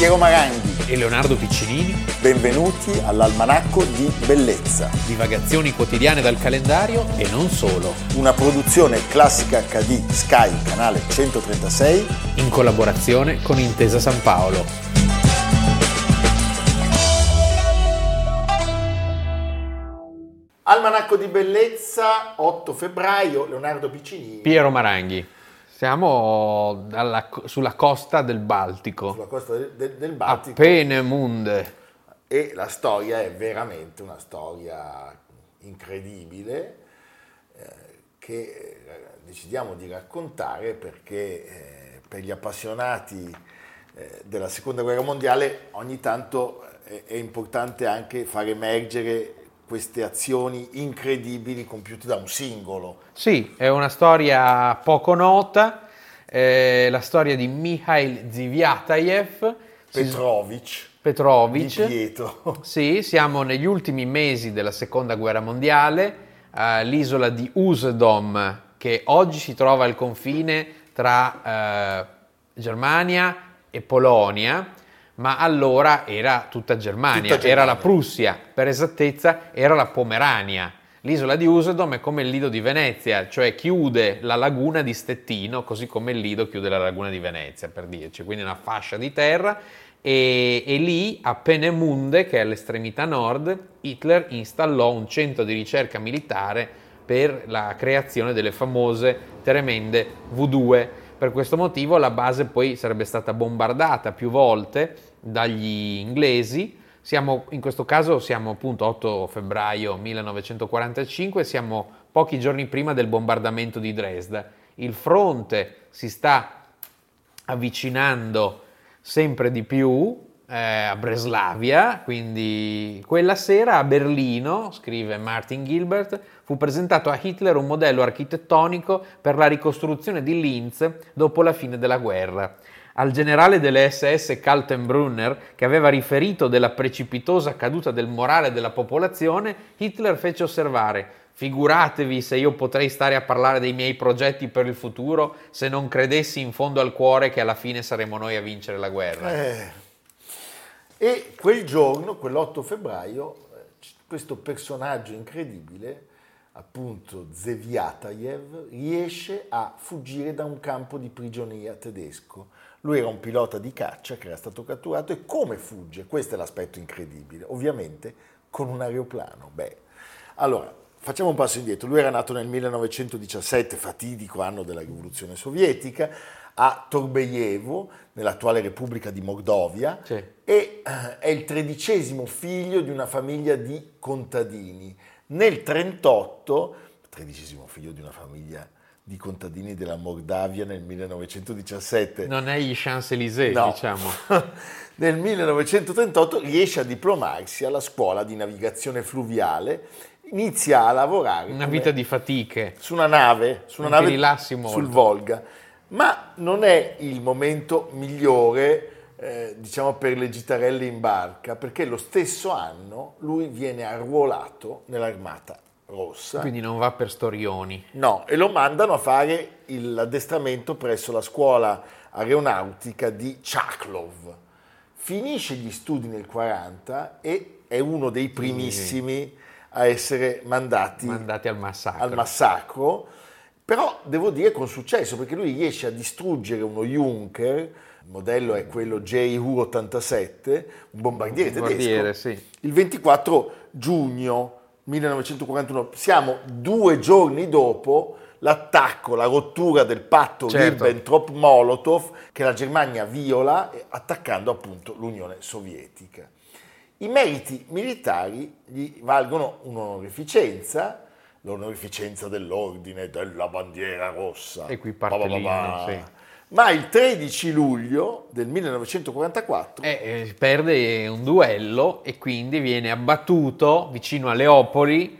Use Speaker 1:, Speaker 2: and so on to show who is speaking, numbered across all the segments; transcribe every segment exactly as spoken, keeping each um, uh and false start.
Speaker 1: Piero Maranghi
Speaker 2: e Leonardo Piccinini.
Speaker 1: Benvenuti all'Almanacco di Bellezza.
Speaker 2: Divagazioni quotidiane dal calendario e non solo.
Speaker 1: Una produzione Classica acca di Sky, canale centotrentasei,
Speaker 2: in collaborazione con Intesa San Paolo.
Speaker 1: Almanacco di Bellezza, otto febbraio, Leonardo Piccinini.
Speaker 2: Piero Maranghi. Siamo dalla, sulla costa del Baltico.
Speaker 1: Sulla costa del, del, del Baltico.
Speaker 2: A Peenemünde.
Speaker 1: E la storia è veramente una storia incredibile eh, che eh, decidiamo di raccontare perché eh, per gli appassionati eh, della Seconda Guerra Mondiale ogni tanto è, è importante anche far emergere queste azioni incredibili compiute da un singolo.
Speaker 2: Sì, è una storia poco nota, eh, la storia di Mikhail Zviatayev
Speaker 1: Petrovich.
Speaker 2: Petrovich.
Speaker 1: Di Pietro.
Speaker 2: Sì, siamo negli ultimi mesi della Seconda Guerra Mondiale, all'isola di Usedom, che oggi si trova al confine tra eh, Germania e Polonia, ma allora era tutta Germania,
Speaker 1: tutta Germania,
Speaker 2: era la Prussia, per esattezza era la Pomerania. L'isola di Usedom è come il Lido di Venezia, cioè chiude la laguna di Stettino, così come il Lido chiude la laguna di Venezia, per dirci, quindi una fascia di terra, e, e lì a Peenemünde, che è all'estremità nord, Hitler installò un centro di ricerca militare per la creazione delle famose tremende vu due. Per questo motivo la base poi sarebbe stata bombardata più volte dagli inglesi. Siamo, in questo caso siamo appunto otto febbraio millenovecentoquarantacinque, siamo pochi giorni prima del bombardamento di Dresda. Il fronte si sta avvicinando sempre di più eh, a Breslavia, quindi quella sera a Berlino, scrive Martin Gilbert, fu presentato a Hitler un modello architettonico per la ricostruzione di Linz dopo la fine della guerra. Al generale delle esse esse Kaltenbrunner, che aveva riferito della precipitosa caduta del morale della popolazione, Hitler fece osservare: figuratevi se io potrei stare a parlare dei miei progetti per il futuro se non credessi in fondo al cuore che alla fine saremo noi a vincere la guerra.
Speaker 1: Eh. E quel giorno, quell'otto febbraio, questo personaggio incredibile, appunto Zviatayev, riesce a fuggire da un campo di prigionia tedesco. Lui era un pilota di caccia che era stato catturato e come fugge? Questo è l'aspetto incredibile, ovviamente con un aeroplano. Beh, allora, facciamo un passo indietro. Lui era nato nel millenovecentodiciassette, fatidico anno della rivoluzione sovietica, a Torbejevo, nell'attuale Repubblica di Mordovia,
Speaker 2: sì.
Speaker 1: E eh, è il tredicesimo figlio di una famiglia di contadini. Nel trentotto, tredicesimo figlio di una famiglia di contadini della Moldavia nel millenovecentodiciassette.
Speaker 2: Non è gli Champs-Élysées,
Speaker 1: no.
Speaker 2: diciamo.
Speaker 1: Nel millenovecentotrentotto riesce a diplomarsi alla scuola di navigazione fluviale, inizia a lavorare
Speaker 2: una vita di fatiche
Speaker 1: su una nave, su una
Speaker 2: non
Speaker 1: nave
Speaker 2: ti rilassi molto.
Speaker 1: Sul Volga, ma non è il momento migliore eh, diciamo per le gitarelle in barca, perché lo stesso anno lui viene arruolato nell'Armata Rossa.
Speaker 2: Quindi non va per storioni.
Speaker 1: No, e lo mandano a fare l'addestramento presso la scuola aeronautica di Chaklov. Finisce gli studi nel quaranta e è uno dei primissimi sì. a essere mandati,
Speaker 2: mandati al massacro.
Speaker 1: al massacro, però devo dire con successo, perché lui riesce a distruggere uno Junker, il modello è quello J U ottantasette, un bombardiere,
Speaker 2: un bombardiere
Speaker 1: tedesco,
Speaker 2: sì.
Speaker 1: il ventiquattro giugno millenovecentoquarantuno, siamo due giorni dopo l'attacco, la rottura del patto
Speaker 2: certo.
Speaker 1: Ribbentrop-Molotov che la Germania viola attaccando appunto l'Unione Sovietica. I meriti militari gli valgono un'onorificenza, l'onorificenza dell'ordine della bandiera rossa.
Speaker 2: E qui parte l'inno, sì.
Speaker 1: Ma il tredici luglio del millenovecentoquarantaquattro
Speaker 2: eh, eh, perde un duello e quindi viene abbattuto vicino a Leopoli,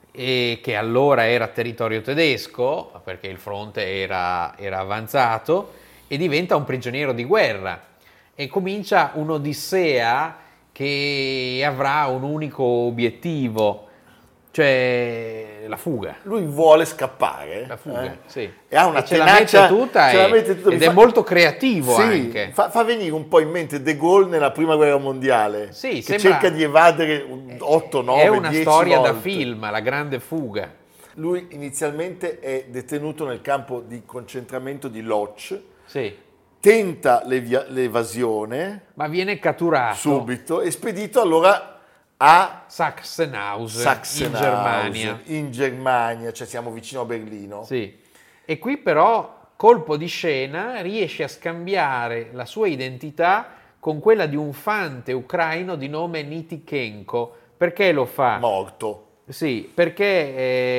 Speaker 2: e che allora era territorio tedesco perché il fronte era, era avanzato, e diventa un prigioniero di guerra e comincia un'odissea che avrà un unico obiettivo: Cioè la fuga.
Speaker 1: Lui vuole scappare.
Speaker 2: La fuga,
Speaker 1: eh?
Speaker 2: sì.
Speaker 1: E ha una
Speaker 2: e ce
Speaker 1: tenacia,
Speaker 2: la mette tutta,
Speaker 1: ce
Speaker 2: e,
Speaker 1: la mette tutta,
Speaker 2: ed
Speaker 1: fa,
Speaker 2: è molto creativo
Speaker 1: sì,
Speaker 2: anche.
Speaker 1: Fa, fa venire un po' in mente De Gaulle nella prima guerra mondiale,
Speaker 2: sì,
Speaker 1: che
Speaker 2: sembra,
Speaker 1: cerca di evadere otto, nove,
Speaker 2: è una
Speaker 1: dieci
Speaker 2: storia
Speaker 1: volte.
Speaker 2: da film, La grande fuga.
Speaker 1: Lui inizialmente è detenuto nel campo di concentramento di Lodz,
Speaker 2: sì.
Speaker 1: tenta l'evia- l'evasione,
Speaker 2: ma viene catturato
Speaker 1: subito e spedito allora a
Speaker 2: Sachsenhausen,
Speaker 1: Sachsenhausen,
Speaker 2: in Germania.
Speaker 1: in Germania, cioè siamo vicino a Berlino.
Speaker 2: Sì. E qui però, colpo di scena, riesce a scambiare la sua identità con quella di un fante ucraino di nome Nitykenko. Perché lo fa?
Speaker 1: Morto.
Speaker 2: Sì, perché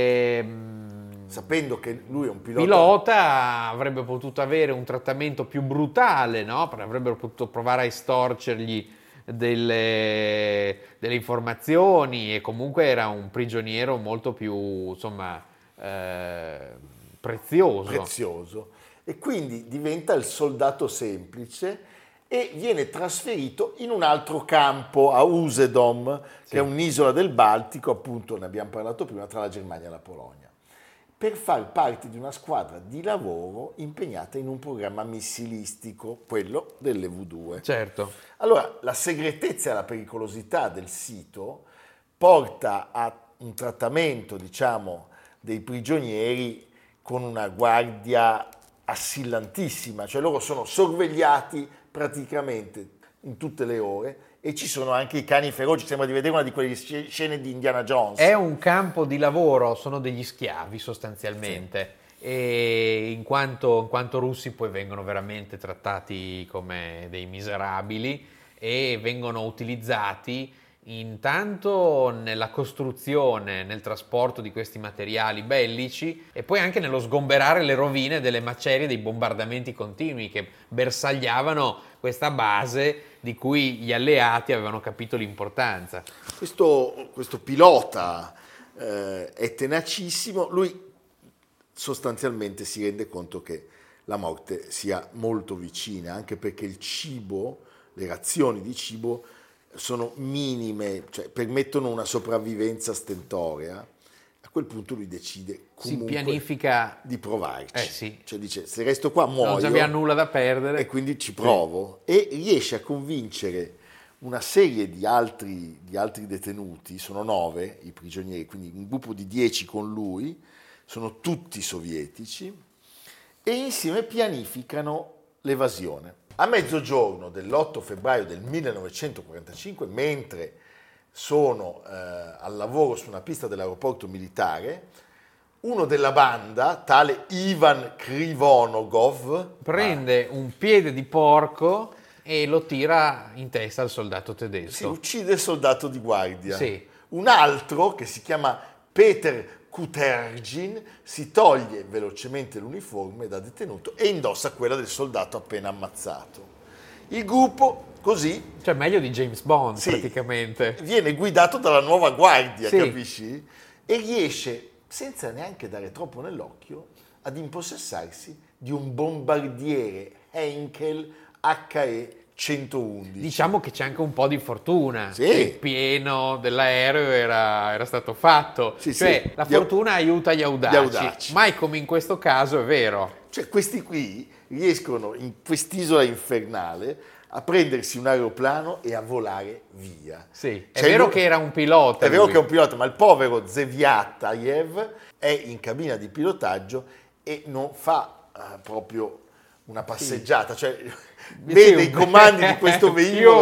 Speaker 2: ehm,
Speaker 1: sapendo che lui è un pilota,
Speaker 2: pilota avrebbe potuto avere un trattamento più brutale, no? Avrebbero potuto provare a estorcergli delle, delle informazioni, e comunque era un prigioniero molto più, insomma, eh, prezioso.
Speaker 1: prezioso. E quindi diventa il soldato semplice e viene trasferito in un altro campo, a Usedom, sì. che è un'isola del Baltico, appunto, ne abbiamo parlato prima, tra la Germania e la Polonia, per far parte di una squadra di lavoro impegnata in un programma missilistico, quello delle V due.
Speaker 2: Certo.
Speaker 1: Allora, la segretezza e la pericolosità del sito porta a un trattamento, diciamo, dei prigionieri con una guardia assillantissima, cioè loro sono sorvegliati praticamente in tutte le ore, e ci sono anche i cani feroci, sembra di vedere una di quelle scene di Indiana Jones.
Speaker 2: È un campo di lavoro, sono degli schiavi sostanzialmente, sì. E in quanto, in quanto russi poi vengono veramente trattati come dei miserabili e vengono utilizzati intanto nella costruzione, nel trasporto di questi materiali bellici, e poi anche nello sgomberare le rovine delle macerie dei bombardamenti continui che bersagliavano questa base di cui gli alleati avevano capito l'importanza.
Speaker 1: Questo, questo pilota eh, è tenacissimo, lui sostanzialmente si rende conto che la morte sia molto vicina, anche perché il cibo, le razioni di cibo sono minime, cioè permettono una sopravvivenza stentorea. A quel punto lui decide comunque
Speaker 2: si pianifica
Speaker 1: di provarci.
Speaker 2: Eh sì.
Speaker 1: Cioè dice, se resto qua muoio.
Speaker 2: Non c'aveva nulla da perdere.
Speaker 1: E quindi ci provo. Sì. E riesce a convincere una serie di altri, di altri detenuti, sono nove i prigionieri, quindi un gruppo di dieci con lui, sono tutti sovietici, e insieme pianificano l'evasione. A mezzogiorno dell'otto febbraio del millenovecentoquarantacinque, mentre sono eh, al lavoro su una pista dell'aeroporto militare, uno della banda, tale Ivan Krivonogov,
Speaker 2: prende ah. un piede di porco e lo tira in testa al soldato tedesco.
Speaker 1: Si uccide il soldato di guardia.
Speaker 2: Sì.
Speaker 1: Un altro, che si chiama Peter Kutergin, si toglie velocemente l'uniforme da detenuto e indossa quella del soldato appena ammazzato. Il gruppo, così...
Speaker 2: Cioè meglio di James Bond,
Speaker 1: sì,
Speaker 2: praticamente.
Speaker 1: Viene guidato dalla nuova guardia,
Speaker 2: sì.
Speaker 1: capisci? E riesce, senza neanche dare troppo nell'occhio, ad impossessarsi di un bombardiere Heinkel H E centoundici.
Speaker 2: Diciamo che c'è anche un po' di fortuna,
Speaker 1: sì.
Speaker 2: che il pieno dell'aereo era, era stato fatto,
Speaker 1: sì,
Speaker 2: cioè
Speaker 1: sì.
Speaker 2: la fortuna
Speaker 1: gli,
Speaker 2: aiuta gli audaci,
Speaker 1: gli audaci,
Speaker 2: mai come in questo caso, è vero.
Speaker 1: Cioè questi qui riescono in quest'isola infernale a prendersi un aeroplano e a volare via.
Speaker 2: Sì, è
Speaker 1: cioè,
Speaker 2: vero
Speaker 1: lui,
Speaker 2: che era un pilota.
Speaker 1: È vero
Speaker 2: lui.
Speaker 1: che è un pilota, ma il povero Zeviatayev è in cabina di pilotaggio e non fa uh, proprio una passeggiata, sì. cioè vede i comandi di questo velivolo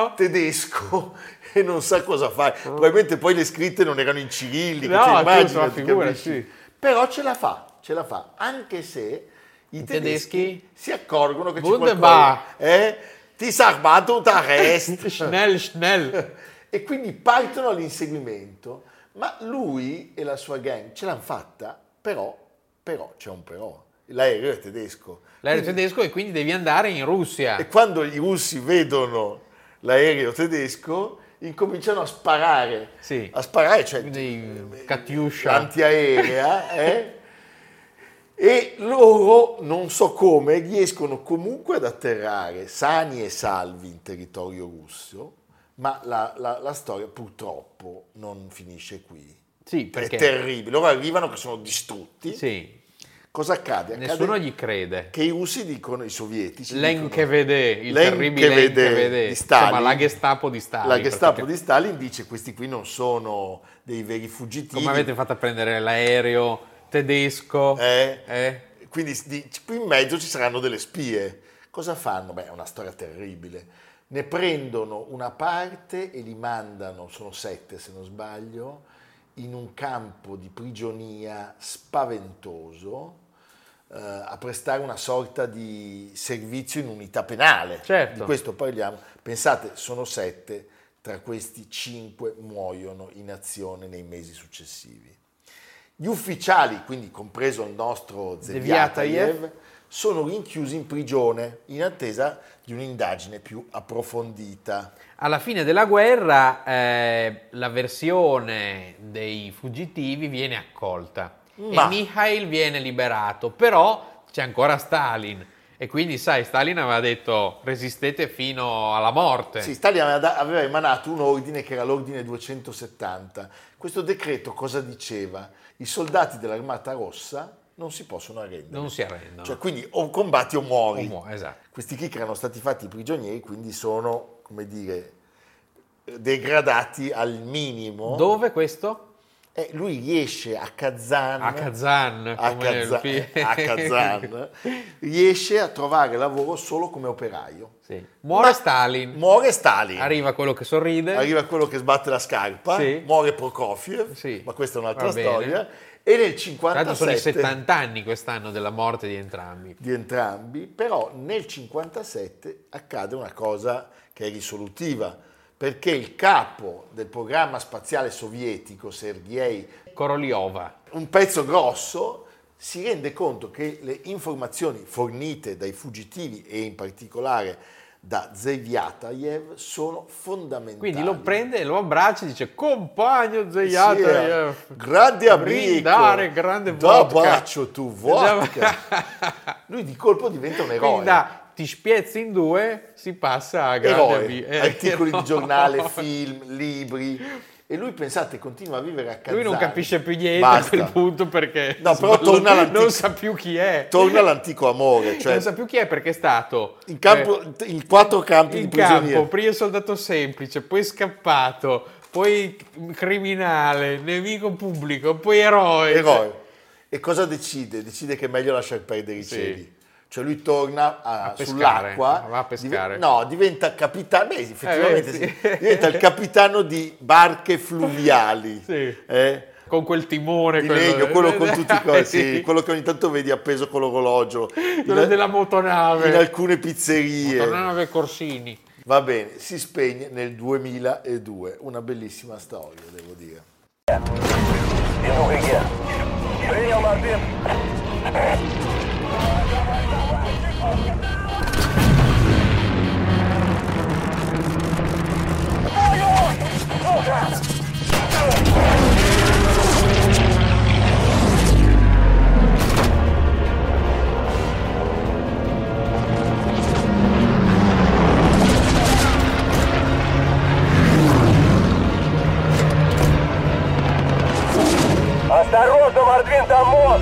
Speaker 1: tedesco e non sa cosa fare. Probabilmente poi le scritte non erano in cirillico,
Speaker 2: no,
Speaker 1: cioè immagina,
Speaker 2: figura, sì.
Speaker 1: Però ce la fa, ce la fa, anche se i, I tedeschi, tedeschi si accorgono che c'è qualcosa. Eh? Ti sarbato da rest.
Speaker 2: Schnell, schnell.
Speaker 1: E quindi partono all'inseguimento, ma lui e la sua gang ce l'hanno fatta, però, però c'è un però. L'aereo è tedesco.
Speaker 2: L'aereo
Speaker 1: quindi,
Speaker 2: tedesco e quindi devi andare in Russia.
Speaker 1: E quando i russi vedono l'aereo tedesco incominciano a sparare.
Speaker 2: Sì.
Speaker 1: A sparare, cioè
Speaker 2: Katyusha
Speaker 1: antiaerea, eh? E loro, non so come, riescono comunque ad atterrare sani e salvi in territorio russo, ma la, la, la storia purtroppo non finisce qui.
Speaker 2: Sì,
Speaker 1: È
Speaker 2: perché
Speaker 1: terribile. Loro arrivano che sono distrutti.
Speaker 2: sì,
Speaker 1: Cosa accade? Accade
Speaker 2: nessuno gli crede.
Speaker 1: che i russi dicono, i sovietici
Speaker 2: L'Enchevede, il
Speaker 1: L'Enchevede
Speaker 2: terribile Enchevede,
Speaker 1: di Stalin,
Speaker 2: insomma la Gestapo di Stalin.
Speaker 1: La Gestapo
Speaker 2: praticamente.
Speaker 1: di Stalin dice questi qui non sono dei veri fuggitivi.
Speaker 2: Come avete fatto a prendere l'aereo tedesco?
Speaker 1: Eh?
Speaker 2: Eh?
Speaker 1: Quindi di- qui in mezzo ci saranno delle spie. Cosa fanno? Beh, è una storia terribile. Ne prendono una parte e li mandano, sono sette se non sbaglio, in un campo di prigionia spaventoso, eh, a prestare una sorta di servizio in unità penale.
Speaker 2: Certo.
Speaker 1: Di questo parliamo. Pensate, sono sette, tra questi cinque muoiono in azione nei mesi successivi. Gli ufficiali, quindi compreso il nostro Zeviatayev, sono rinchiusi in prigione in attesa di un'indagine più approfondita.
Speaker 2: Alla fine della guerra eh, la versione dei fuggitivi viene accolta
Speaker 1: Ma-
Speaker 2: e Mikhail viene liberato, però c'è ancora Stalin e quindi sai, Stalin aveva detto resistete fino alla morte.
Speaker 1: Sì, Stalin aveva, aveva emanato un ordine che era l'ordine duecentosettanta. Questo decreto cosa diceva? I soldati dell'Armata Rossa non si possono arrendere.
Speaker 2: Non si arrendono.
Speaker 1: Cioè, quindi o combatti o muori.
Speaker 2: O muo- esatto.
Speaker 1: Questi qui che erano stati fatti prigionieri, quindi sono, come dire, degradati al minimo.
Speaker 2: Dove questo?
Speaker 1: E lui riesce a Kazan,
Speaker 2: A Kazan,
Speaker 1: a
Speaker 2: come nel
Speaker 1: Kazan,
Speaker 2: film.
Speaker 1: a Kazan, riesce a trovare lavoro solo come operaio.
Speaker 2: Sì. Muore
Speaker 1: Ma-
Speaker 2: Stalin,
Speaker 1: Muore Stalin.
Speaker 2: arriva quello che sorride.
Speaker 1: Arriva quello che sbatte la scarpa,
Speaker 2: Sì.
Speaker 1: muore Prokofiev,
Speaker 2: Sì.
Speaker 1: ma questa è un'altra
Speaker 2: Va bene.
Speaker 1: storia, e nel
Speaker 2: Tra l'altro sono i
Speaker 1: cinquantasette
Speaker 2: settanta anni quest'anno della morte di entrambi.
Speaker 1: di entrambi, però nel cinquantasette accade una cosa che è risolutiva, perché il capo del programma spaziale sovietico, Sergei,
Speaker 2: Korolyova.
Speaker 1: un pezzo grosso, si rende conto che le informazioni fornite dai fuggitivi e in particolare da Zeviatayev sono fondamentali.
Speaker 2: Quindi lo prende, lo abbraccia e dice compagno Zeviatayev,
Speaker 1: Sì, grande amico,
Speaker 2: brindare, grande
Speaker 1: da
Speaker 2: vodka.
Speaker 1: bacio tu vodka. Lui di colpo diventa un eroe.
Speaker 2: Quindi da ti spiezzi in due, si passa a grande
Speaker 1: Eroe,
Speaker 2: ami- eh,
Speaker 1: articoli
Speaker 2: eroe.
Speaker 1: di giornale, film, libri. E lui, pensate, continua a vivere a Kazan.
Speaker 2: Lui non capisce più niente
Speaker 1: Basta.
Speaker 2: a quel punto perché
Speaker 1: No, però
Speaker 2: non-
Speaker 1: torna all'antico-
Speaker 2: non sa più chi è.
Speaker 1: Torna all'antico amore, cioè
Speaker 2: Non sa più chi è perché è stato
Speaker 1: in, campo, in quattro campi
Speaker 2: eh, in
Speaker 1: di prigionia.
Speaker 2: campo, prima soldato semplice, poi scappato, poi criminale, nemico pubblico, poi eroe.
Speaker 1: Eroe. E cosa decide? Decide che è meglio lasciar perdere i
Speaker 2: Sì.
Speaker 1: cieli. Cioè lui torna a-
Speaker 2: A pescare,
Speaker 1: sull'acqua,
Speaker 2: va a pescare.
Speaker 1: div- no, diventa capitano, beh, effettivamente
Speaker 2: Eh,
Speaker 1: sì.
Speaker 2: sì.
Speaker 1: diventa il capitano di barche fluviali,
Speaker 2: Sì.
Speaker 1: eh?
Speaker 2: Con quel timone.
Speaker 1: Di
Speaker 2: quello-
Speaker 1: legno, quello con tutti i cosi,
Speaker 2: Sì.
Speaker 1: sì, quello che ogni tanto vedi appeso con l'orologio
Speaker 2: Quello
Speaker 1: in,
Speaker 2: della motonave.
Speaker 1: in alcune pizzerie.
Speaker 2: Motonave Corsini.
Speaker 1: Va bene, si spegne nel duemiladue, una bellissima storia, devo dire.
Speaker 3: Принял Мартин. Осторожно, Мартин, там мост!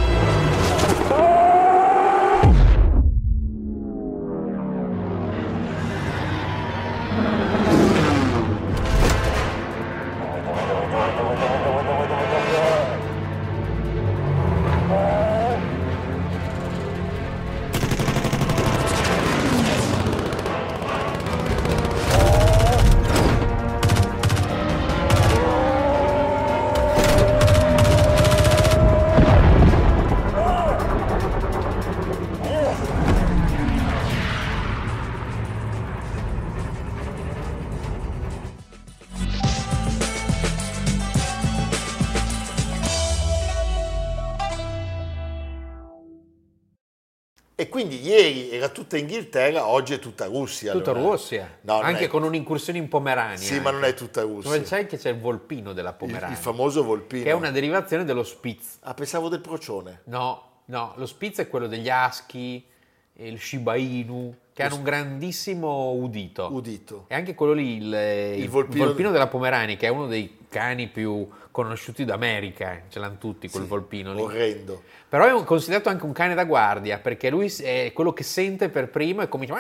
Speaker 1: E quindi ieri era tutta Inghilterra, oggi è tutta Russia.
Speaker 2: Tutta
Speaker 1: allora.
Speaker 2: Russia.
Speaker 1: No, non
Speaker 2: anche
Speaker 1: è-
Speaker 2: con un'incursione in Pomerania.
Speaker 1: Sì, ma non è tutta Russia.
Speaker 2: Dove sai che c'è il volpino della
Speaker 1: Il,
Speaker 2: Pomerania?
Speaker 1: il famoso volpino.
Speaker 2: Che è una derivazione dello Spitz.
Speaker 1: Ah, pensavo del procione.
Speaker 2: No, no, lo Spitz è quello degli aschi, il Shiba Inu. che hanno un grandissimo udito.
Speaker 1: udito.
Speaker 2: E anche quello lì, il, il, il
Speaker 1: volpino
Speaker 2: volpino della Pomerania, che è uno dei cani più conosciuti d'America, eh, ce l'hanno tutti quel
Speaker 1: Sì,
Speaker 2: volpino lì.
Speaker 1: Orrendo.
Speaker 2: Però è un- considerato anche un cane da guardia, perché lui è quello che sente per primo e comincia...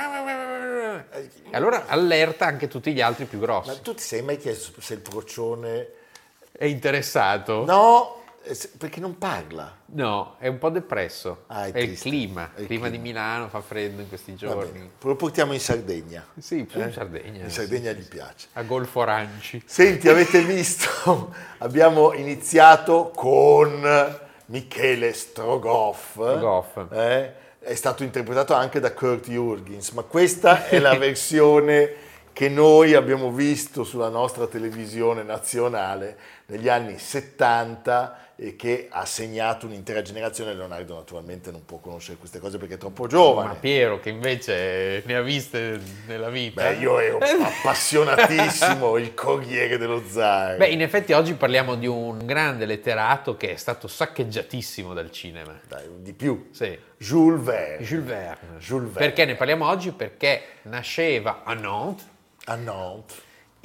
Speaker 2: E allora allerta anche tutti gli altri più
Speaker 1: Ma
Speaker 2: grossi.
Speaker 1: tu ti sei mai chiesto se il procione...
Speaker 2: È interessato?
Speaker 1: No, eh, se- perché non parla.
Speaker 2: No, è un po' depresso.
Speaker 1: Ah, è
Speaker 2: è il
Speaker 1: triste.
Speaker 2: clima.
Speaker 1: È
Speaker 2: Il
Speaker 1: il
Speaker 2: clima di
Speaker 1: clima.
Speaker 2: Milano, fa freddo in questi
Speaker 1: Va
Speaker 2: giorni.
Speaker 1: bene, lo portiamo in Sardegna.
Speaker 2: Sì, più in Sardegna.
Speaker 1: In
Speaker 2: sì,
Speaker 1: Sardegna
Speaker 2: sì,
Speaker 1: gli
Speaker 2: sì.
Speaker 1: piace.
Speaker 2: A Golfo Aranci.
Speaker 1: Senti, avete visto? Abbiamo iniziato con Michele Strogoff.
Speaker 2: Strogoff.
Speaker 1: eh? È stato interpretato anche da Kurt Jürgens, ma questa è la versione che noi abbiamo visto sulla nostra televisione nazionale negli anni settanta e che ha segnato un'intera generazione. Leonardo naturalmente non può conoscere queste cose perché è troppo giovane.
Speaker 2: Ma Piero, che invece ne ha viste nella vita.
Speaker 1: Beh, io ero appassionatissimo, il Corriere dello Zar.
Speaker 2: Beh, in effetti oggi parliamo di un grande letterato che è stato saccheggiatissimo dal cinema.
Speaker 1: Dai, di più.
Speaker 2: Sì.
Speaker 1: Jules Verne.
Speaker 2: Jules Verne.
Speaker 1: Jules Verne.
Speaker 2: Perché ne parliamo oggi? Perché nasceva a Nantes
Speaker 1: A Nantes.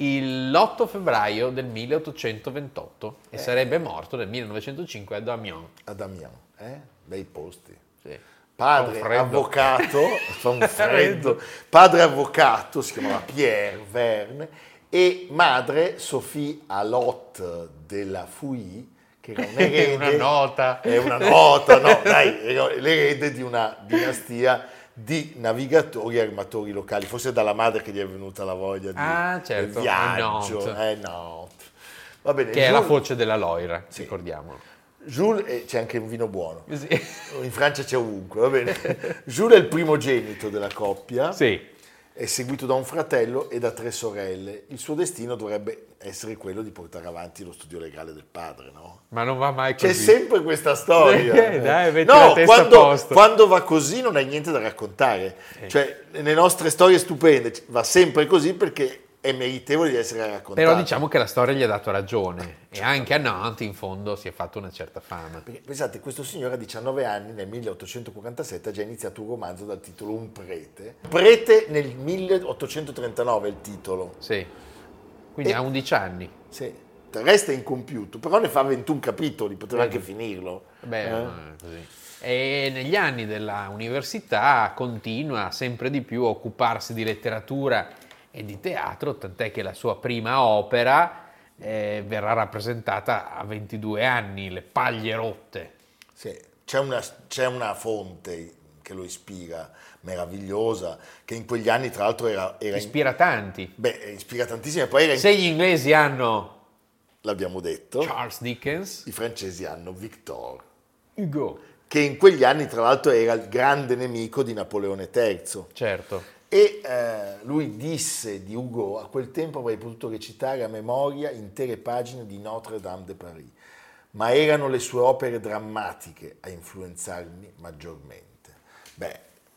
Speaker 2: l'otto febbraio del milleottocentoventotto e sarebbe morto nel millenovecentocinque ad Amiens.
Speaker 1: Ad Amiens, eh? Bei posti.
Speaker 2: Sì.
Speaker 1: Padre
Speaker 2: Fa un freddo.
Speaker 1: avvocato, fa un freddo. Padre avvocato, si chiamava Pierre Verne, e madre Sophie Allotte de la Fouilly, che era un'erede.
Speaker 2: Una nota.
Speaker 1: È una nota, no, dai, era l'erede di una dinastia di navigatori e armatori locali, forse dalla madre che gli è venuta la voglia di
Speaker 2: Ah, certo,
Speaker 1: del viaggio.
Speaker 2: Nantes.
Speaker 1: Eh, Nantes. Va bene,
Speaker 2: Che è la
Speaker 1: Jules-
Speaker 2: foce della Loira,
Speaker 1: Sì.
Speaker 2: ricordiamolo.
Speaker 1: Jules, e c'è anche un vino buono.
Speaker 2: Sì.
Speaker 1: In Francia c'è ovunque, va bene. Jules è il primogenito della coppia,
Speaker 2: Sì.
Speaker 1: è seguito da un fratello e da tre sorelle. Il suo destino dovrebbe essere quello di portare avanti lo studio legale del padre, no?
Speaker 2: Ma non va mai così.
Speaker 1: C'è sempre questa storia.
Speaker 2: Eh, dai, metti
Speaker 1: no,
Speaker 2: la testa a
Speaker 1: quando,
Speaker 2: posto.
Speaker 1: quando va così non hai niente da raccontare. Cioè, nelle nostre storie stupende va sempre così perché è meritevole di essere raccontato.
Speaker 2: Però diciamo che la storia gli ha dato ragione e anche a Nantes in fondo si è fatto una certa fama.
Speaker 1: Perché, pensate, questo signore a diciannove anni, nel milleottocentoquarantasette, ha già iniziato un romanzo dal titolo Un prete. Prete nel milleottocentotrentanove è il titolo.
Speaker 2: Sì. Quindi
Speaker 1: E-
Speaker 2: ha undici anni.
Speaker 1: Sì. Resta incompiuto, però ne fa ventuno capitoli, poteva
Speaker 2: Vedi.
Speaker 1: anche finirlo.
Speaker 2: Beh,
Speaker 1: Eh?
Speaker 2: ma è così. E negli anni della università continua sempre di più a occuparsi di letteratura e di teatro, tant'è che la sua prima opera eh, verrà rappresentata a ventidue anni, Le paglie rotte.
Speaker 1: Sì. C'è una, c'è una fonte che lo ispira, meravigliosa, che in quegli anni tra l'altro era... era in-
Speaker 2: Ispira tanti.
Speaker 1: beh, ispira tantissimo, e poi era... in-
Speaker 2: Se gli inglesi hanno
Speaker 1: l'abbiamo detto,
Speaker 2: Charles Dickens,
Speaker 1: i francesi hanno Victor,
Speaker 2: Hugo,
Speaker 1: che in quegli anni tra l'altro era il grande nemico di Napoleone terzo.
Speaker 2: certo.
Speaker 1: E eh, lui disse di Hugo: a quel tempo avrei potuto recitare a memoria intere pagine di Notre-Dame de Paris, ma erano le sue opere drammatiche a influenzarmi maggiormente. Beh,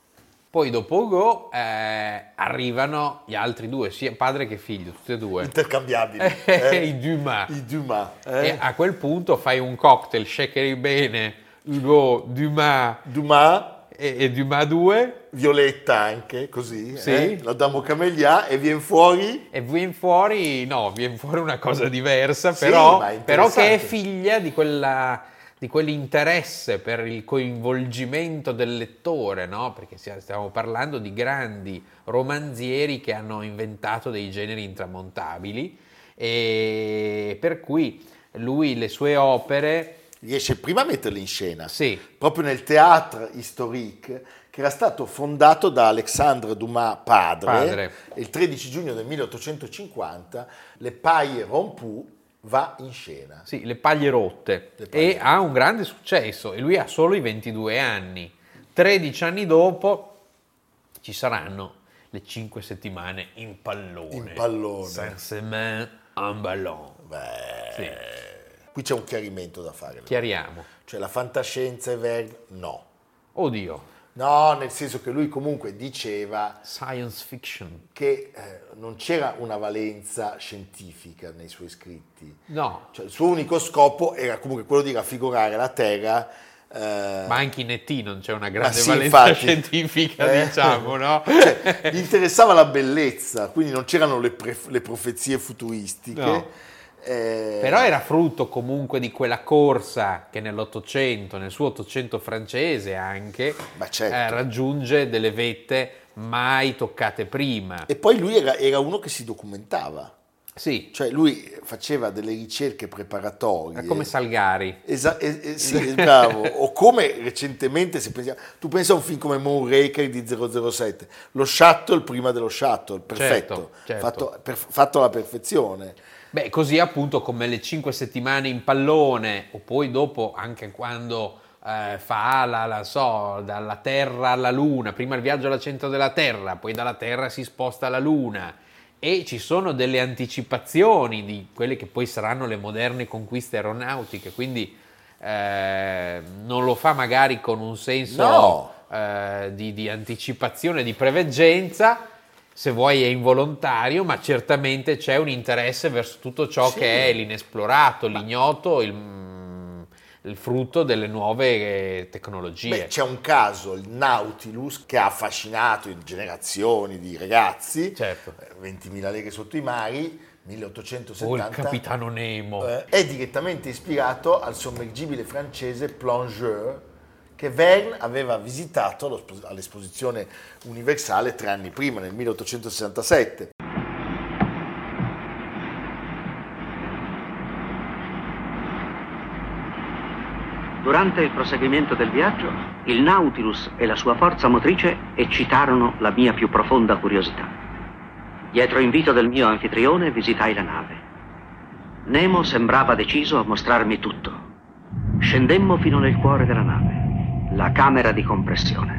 Speaker 2: Poi dopo Hugo eh, arrivano gli altri due, sia padre che figlio, tutti e due.
Speaker 1: intercambiabili.
Speaker 2: I Dumas.
Speaker 1: I Dumas. eh?
Speaker 2: E a quel punto fai un cocktail, shakeri bene, Hugo, Dumas
Speaker 1: Dumas,
Speaker 2: e, e Dumas due,
Speaker 1: Violetta anche, così,
Speaker 2: Sì.
Speaker 1: eh? La Dame Camellia, e viene fuori...
Speaker 2: e viene fuori, no, viene fuori una cosa diversa,
Speaker 1: Sì,
Speaker 2: però,
Speaker 1: ma è
Speaker 2: però che è
Speaker 1: interessante.
Speaker 2: figlia di quella di quell'interesse per il coinvolgimento del lettore, no? Perché stiamo parlando di grandi romanzieri che hanno inventato dei generi intramontabili e per cui lui le sue opere,
Speaker 1: riesce prima a metterle in scena,
Speaker 2: sì,
Speaker 1: proprio nel Théâtre Historique, che era stato fondato da Alexandre Dumas padre,
Speaker 2: Padre.
Speaker 1: e il tredici giugno del milleottocentocinquanta Le Paille Rompues va in scena.
Speaker 2: sì, Le paglie rotte,
Speaker 1: Le paglie
Speaker 2: e
Speaker 1: rotte.
Speaker 2: ha un grande successo e lui ha solo i ventidue anni. tredici anni dopo ci saranno le cinque settimane in pallone.
Speaker 1: In pallone.
Speaker 2: Cinq semaines en ballon.
Speaker 1: Beh,
Speaker 2: Sì.
Speaker 1: qui c'è un chiarimento da fare.
Speaker 2: Chiariamo.
Speaker 1: Cioè la fantascienza e Verne, no.
Speaker 2: Oddio,
Speaker 1: No, nel senso che lui comunque diceva
Speaker 2: science fiction.
Speaker 1: che eh, non c'era una valenza scientifica nei suoi scritti.
Speaker 2: No,
Speaker 1: Cioè, il suo unico scopo era comunque quello di raffigurare la Terra Eh,
Speaker 2: Ma anche in E T non c'è una grande
Speaker 1: sì,
Speaker 2: valenza
Speaker 1: infatti.
Speaker 2: scientifica,
Speaker 1: Eh,
Speaker 2: diciamo, no?
Speaker 1: Cioè, gli interessava la bellezza, quindi non c'erano le, pre- le profezie futuristiche.
Speaker 2: No.
Speaker 1: eh,
Speaker 2: Però era frutto comunque di quella corsa che nell'Ottocento, nel suo Ottocento francese anche,
Speaker 1: Ma certo.
Speaker 2: eh, raggiunge delle vette mai toccate prima.
Speaker 1: E poi lui era, era uno che si documentava.
Speaker 2: Sì,
Speaker 1: Cioè lui faceva delle ricerche preparatorie.
Speaker 2: è come Salgari.
Speaker 1: Esa- eh, eh, sì, bravo. O come recentemente, se pensiamo, tu pensa a un film come Moonraker di zero zero sette, lo shuttle prima dello shuttle, perfetto,
Speaker 2: Certo, certo.
Speaker 1: Fatto, per- fatto alla perfezione.
Speaker 2: Beh, così appunto come le cinque settimane in pallone, o poi dopo anche quando eh, fa la, la so, dalla Terra alla Luna, prima il viaggio al centro della Terra, poi dalla Terra si sposta alla Luna, e ci sono delle anticipazioni di quelle che poi saranno le moderne conquiste aeronautiche, quindi eh, non lo fa magari con un senso
Speaker 1: No.
Speaker 2: eh, di, di anticipazione, di preveggenza, se vuoi è involontario, ma certamente c'è un interesse verso tutto ciò
Speaker 1: Sì.
Speaker 2: che è l'inesplorato, l'ignoto, il, il frutto delle nuove eh, tecnologie.
Speaker 1: Beh, c'è un caso, il Nautilus, che ha affascinato generazioni di ragazzi,
Speaker 2: Certo.
Speaker 1: eh, ventimila leghe sotto i mari,
Speaker 2: O
Speaker 1: milleottocentosettanta.
Speaker 2: il capitano Nemo.
Speaker 1: Eh, è direttamente ispirato al sommergibile francese Plongeur che Verne aveva visitato allo- all'esposizione universale tre anni prima, nel milleottocentosessantasette.
Speaker 4: Durante il proseguimento del viaggio, il Nautilus e la sua forza motrice eccitarono la mia più profonda curiosità. Dietro invito del mio anfitrione visitai la nave. Nemo sembrava deciso a mostrarmi tutto. Scendemmo fino nel cuore della nave, la camera di compressione.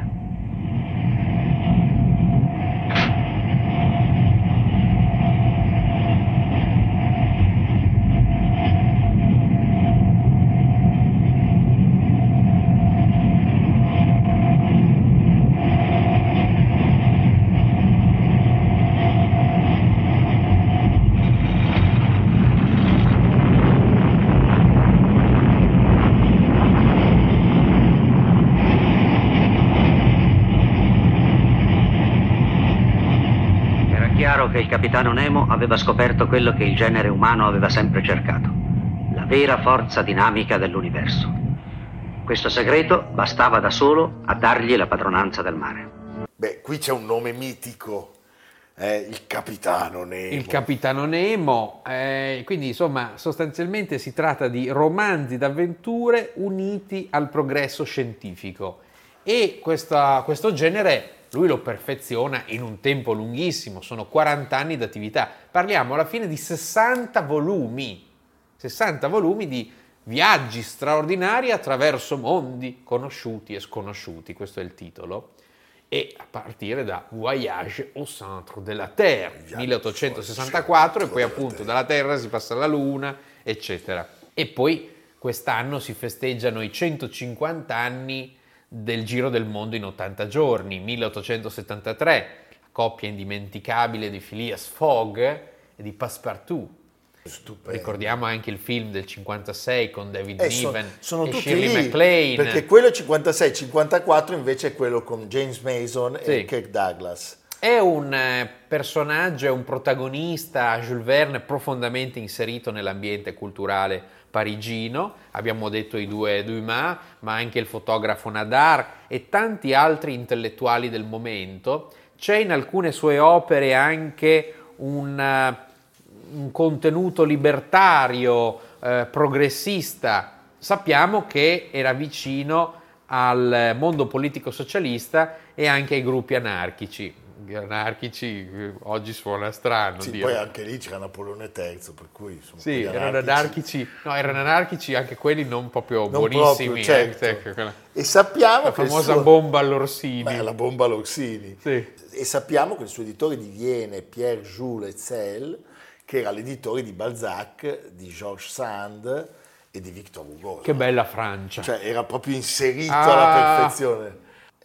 Speaker 4: Chiaro che il capitano Nemo aveva scoperto quello che il genere umano aveva sempre cercato, la vera forza dinamica dell'universo. Questo segreto bastava da solo a dargli la padronanza del mare.
Speaker 1: Beh, qui c'è un nome mitico, eh, il capitano Nemo.
Speaker 2: Il capitano Nemo, eh, quindi insomma sostanzialmente si tratta di romanzi d'avventure uniti al progresso scientifico, e questa- questo genere lui lo perfeziona in un tempo lunghissimo, sono quaranta anni di attività, parliamo alla fine di sessanta volumi, sessanta volumi di viaggi straordinari attraverso mondi conosciuti e sconosciuti, questo è il titolo, e a partire da Voyage au centre de la Terre, milleottocentosessantaquattro, e poi appunto dalla Terra si passa alla Luna, eccetera. E poi quest'anno si festeggiano i centocinquanta anni del Giro del Mondo in ottanta giorni, milleottocentosettantatré, la coppia indimenticabile di Phileas Fogg e di Passepartout.
Speaker 1: Stupendo.
Speaker 2: Ricordiamo anche il film del cinquantasei con David
Speaker 1: Eh, so-
Speaker 2: Niven
Speaker 1: sono
Speaker 2: e
Speaker 1: tutti
Speaker 2: Shirley
Speaker 1: lì,
Speaker 2: MacLaine.
Speaker 1: perché quello è cinquantasei cinquantaquattro, invece è quello con James Mason
Speaker 2: Sì.
Speaker 1: e Kirk Douglas.
Speaker 2: È un eh, personaggio, è un protagonista, Jules Verne, profondamente inserito nell'ambiente culturale parigino. Abbiamo detto i due Dumas, ma anche il fotografo Nadar e tanti altri intellettuali del momento. C'è in alcune sue opere anche un, eh, un contenuto libertario, eh, progressista. Sappiamo che era vicino al mondo politico socialista e anche ai gruppi anarchici. Anarchici eh, oggi suona strano
Speaker 1: Sì,
Speaker 2: dire.
Speaker 1: poi anche lì c'era Napoleone terzo, per cui insomma,
Speaker 2: Sì,
Speaker 1: quegli
Speaker 2: erano anarchici, no, erano anarchici anche quelli non proprio
Speaker 1: Non
Speaker 2: buonissimi.
Speaker 1: proprio, certo.
Speaker 2: eh, ecco, quella-
Speaker 1: E sappiamo
Speaker 2: la
Speaker 1: che il
Speaker 2: famosa
Speaker 1: suo-
Speaker 2: bomba all'Orsini.
Speaker 1: Beh, la bomba Lorsini.
Speaker 2: Sì.
Speaker 1: E sappiamo che il suo editore di Viene, Pierre Jules Hetzel, che era l'editore di Balzac, di Georges Sand e di Victor Hugo.
Speaker 2: Che bella Francia.
Speaker 1: Cioè era proprio inserito
Speaker 2: Ah.
Speaker 1: alla perfezione.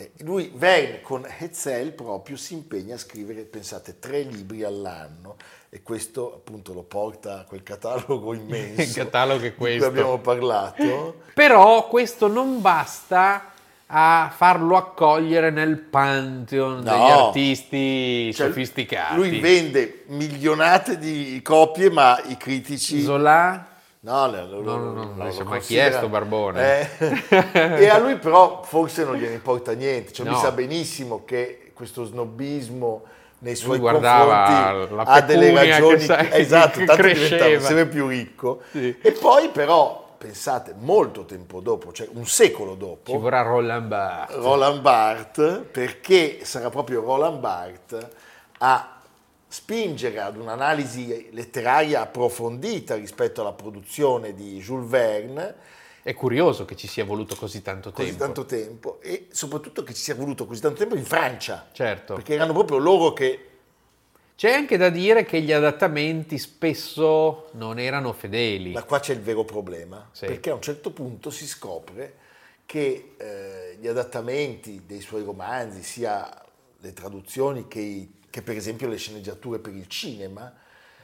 Speaker 1: Eh, lui, Verne, con Hetzel proprio si impegna a scrivere, pensate, tre libri all'anno, e questo appunto lo porta a quel catalogo immenso
Speaker 2: Il catalogo è
Speaker 1: di
Speaker 2: questo.
Speaker 1: cui abbiamo parlato.
Speaker 2: Però questo non basta a farlo accogliere nel pantheon
Speaker 1: No.
Speaker 2: degli artisti
Speaker 1: Cioè,
Speaker 2: sofisticati.
Speaker 1: lui vende milionate di copie, ma i critici...
Speaker 2: Zola?
Speaker 1: No, no, no,
Speaker 2: No, no, no,
Speaker 1: lo-
Speaker 2: non
Speaker 1: lo
Speaker 2: si è mai
Speaker 1: considera-
Speaker 2: chiesto Barbone.
Speaker 1: Eh, e a lui però forse non gliene importa niente, cioè
Speaker 2: No.
Speaker 1: lui sa benissimo che questo snobismo nei suoi
Speaker 2: guardava
Speaker 1: confronti
Speaker 2: la
Speaker 1: ha delle
Speaker 2: pecunia
Speaker 1: ragioni,
Speaker 2: che sa-
Speaker 1: esatto,
Speaker 2: che
Speaker 1: tanto
Speaker 2: cresceva.
Speaker 1: diventava sempre più ricco.
Speaker 2: Sì.
Speaker 1: E poi però, pensate, molto tempo dopo, cioè un secolo dopo,
Speaker 2: Ci vorrà Roland Barthes.
Speaker 1: Roland Barthes, perché sarà proprio Roland Barthes a spingere ad un'analisi letteraria approfondita rispetto alla produzione di Jules Verne,
Speaker 2: È curioso che ci sia voluto così tanto
Speaker 1: così
Speaker 2: tempo.
Speaker 1: tanto tempo, e soprattutto che ci sia voluto così tanto tempo in Francia,
Speaker 2: Certo.
Speaker 1: perché erano proprio loro che...
Speaker 2: C'è anche da dire che gli adattamenti spesso non erano fedeli.
Speaker 1: Ma qua c'è il vero problema,
Speaker 2: Sì.
Speaker 1: perché a un certo punto si scopre che eh, gli adattamenti dei suoi romanzi, sia le traduzioni che, i- che per esempio le sceneggiature per il cinema,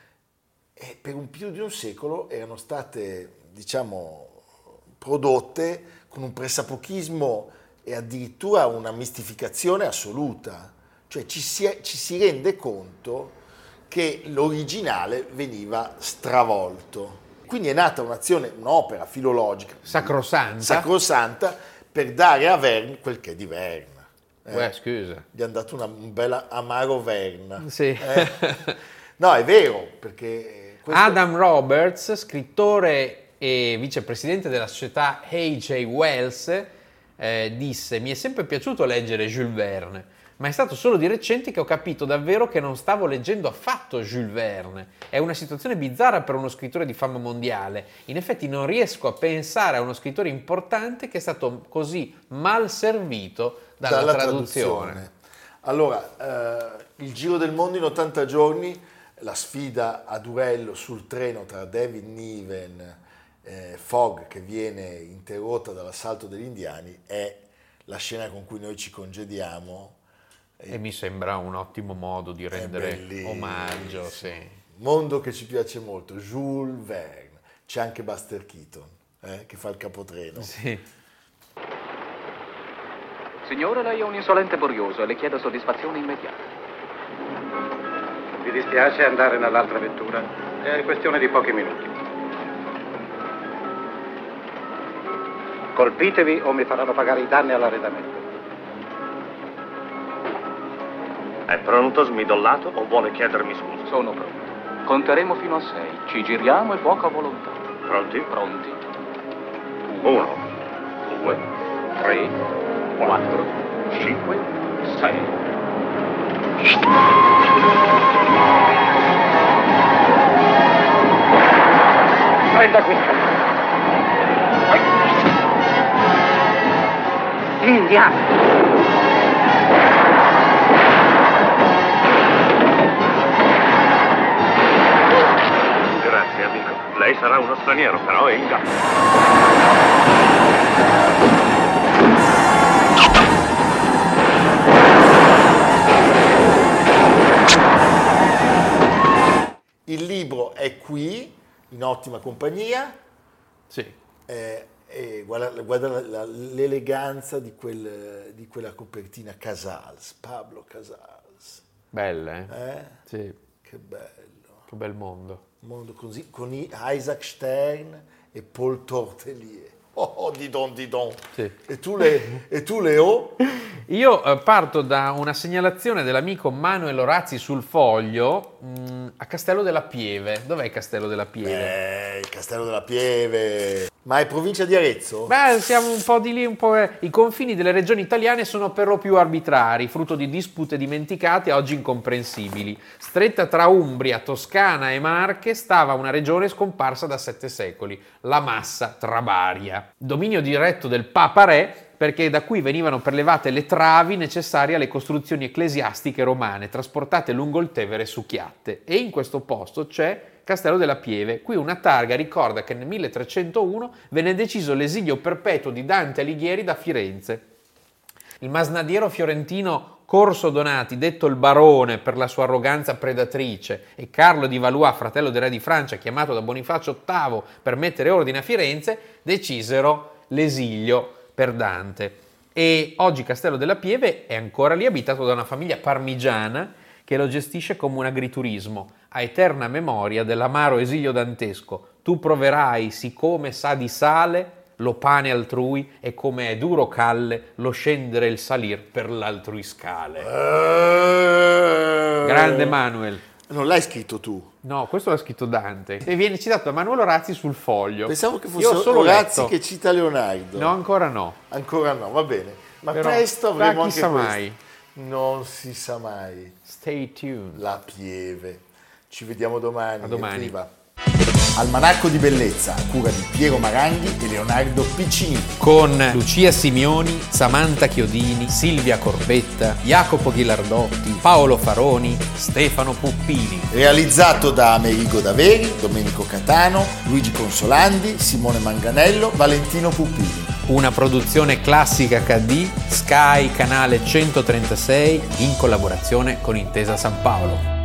Speaker 1: eh, per un più di un secolo erano state, diciamo, prodotte con un pressapochismo e addirittura una mistificazione assoluta. Cioè ci si, è- ci si rende conto che l'originale veniva stravolto. Quindi è nata un'azione, un'opera filologica
Speaker 2: Sacrosanta.
Speaker 1: sacrosanta per dare a Verne quel che è di Verne. Eh,
Speaker 2: Uè, scusa.
Speaker 1: Gli hanno dato una, un bel amaro Verne.
Speaker 2: Sì.
Speaker 1: Eh, no, è vero, perché... questo-
Speaker 2: Adam Roberts, scrittore e vicepresidente della società A J Wells, eh, disse: mi è sempre piaciuto leggere Jules Verne, ma è stato solo di recente che ho capito davvero che non stavo leggendo affatto Jules Verne. È una situazione bizzarra per uno scrittore di fama mondiale. In effetti non riesco a pensare a uno scrittore importante che è stato così mal servito dalla,
Speaker 1: dalla
Speaker 2: traduzione.
Speaker 1: traduzione. Allora, eh, il Giro del Mondo in ottanta giorni, la sfida a duello sul treno tra David Niven e Fogg, che viene interrotta dall'assalto degli indiani, è la scena con cui noi ci congediamo.
Speaker 2: E mi sembra un ottimo modo di rendere
Speaker 1: bellissimo.
Speaker 2: omaggio, sì.
Speaker 1: Mondo che ci piace molto, Jules Verne. C'è anche Buster Keaton, eh, che fa il capotreno.
Speaker 2: Sì.
Speaker 5: Signore, lei è un insolente borioso e le chiedo soddisfazione immediata.
Speaker 6: Vi dispiace andare nell'altra vettura? È questione di pochi minuti. Colpitevi o mi faranno pagare i danni all'arredamento.
Speaker 3: È pronto, smidollato, o vuole chiedermi scusa?
Speaker 5: Sono pronto. Conteremo fino a sei. Ci giriamo e fuoco a volontà.
Speaker 3: Pronti?
Speaker 5: Pronti?
Speaker 3: Uno,
Speaker 5: Due, tre, quattro, cinque, sei.
Speaker 6: Prenda qui. Indiano.
Speaker 3: grazie amico. Lei sarà uno straniero, però è in gamba.
Speaker 1: Il libro è qui, in ottima compagnia.
Speaker 2: Sì.
Speaker 1: Eh, e guarda, guarda la- la- l'eleganza di, quel- di quella copertina Casals, Pablo Casals.
Speaker 2: Belle, eh?
Speaker 1: Eh?
Speaker 2: Sì.
Speaker 1: Che bello.
Speaker 2: Che bel mondo.
Speaker 1: Un mondo così, con i- Isaac Stern e Paul Tortelier. Oh, oh, di don, di don.
Speaker 2: Sì.
Speaker 1: E tu, le, e tu Leo?
Speaker 2: Io eh, parto da una segnalazione dell'amico Manuel Orazzi sul Foglio mh, a Castello della Pieve. Dov'è Castello della Pieve?
Speaker 1: Eh, il Castello della Pieve. Ma è provincia di Arezzo?
Speaker 2: Beh, siamo un po' di lì, un po'. eh. I confini delle regioni italiane sono per lo più arbitrari, frutto di dispute dimenticate e oggi incomprensibili. Stretta tra Umbria, Toscana e Marche stava una regione scomparsa da sette secoli, la Massa Trabaria. Dominio diretto del Papa Re, perché da qui venivano prelevate le travi necessarie alle costruzioni ecclesiastiche romane, trasportate lungo il Tevere su chiatte. E in questo posto c'è Castello della Pieve. Qui una targa ricorda che nel milletrecentouno venne deciso l'esilio perpetuo di Dante Alighieri da Firenze. Il masnadiero fiorentino Corso Donati, detto il barone per la sua arroganza predatrice, e Carlo di Valois, fratello del re di Francia, chiamato da Bonifacio ottavo per mettere ordine a Firenze, decisero l'esilio per Dante. E oggi Castello della Pieve è ancora lì, abitato da una famiglia parmigiana che lo gestisce come un agriturismo, a eterna memoria dell'amaro esilio dantesco. Tu proverai, siccome sa di sale, lo pane altrui, e come è duro calle lo scendere e il salir per l'altrui scale. Grande Manuel.
Speaker 1: Non l'hai scritto tu?
Speaker 2: No, questo l'ha scritto Dante e viene citato da Manuel Orazzi sul foglio.
Speaker 1: Pensavo che
Speaker 2: Io ho
Speaker 1: fosse
Speaker 2: solo
Speaker 1: Orazzi
Speaker 2: letto.
Speaker 1: che cita Leonardo.
Speaker 2: No, ancora no.
Speaker 1: Ancora no, va bene. Ma
Speaker 2: Però,
Speaker 1: presto avremo
Speaker 2: chi
Speaker 1: anche
Speaker 2: sa
Speaker 1: questo.
Speaker 2: mai.
Speaker 1: Non si sa mai.
Speaker 2: Stay tuned.
Speaker 1: La Pieve. Ci vediamo domani.
Speaker 2: A domani.
Speaker 1: Evviva. Almanacco di bellezza, a cura di Piero Maranghi e Leonardo Piccini.
Speaker 2: Con Lucia Simioni, Samantha Chiodini, Silvia Corbetta, Jacopo Ghilardotti, Paolo Faroni, Stefano Puppini.
Speaker 1: Realizzato da Amerigo Daveri, Domenico Catano, Luigi Consolandi, Simone Manganello, Valentino Puppini.
Speaker 2: Una produzione Classica acca di, Sky canale centotrentasei, in collaborazione con Intesa San Paolo.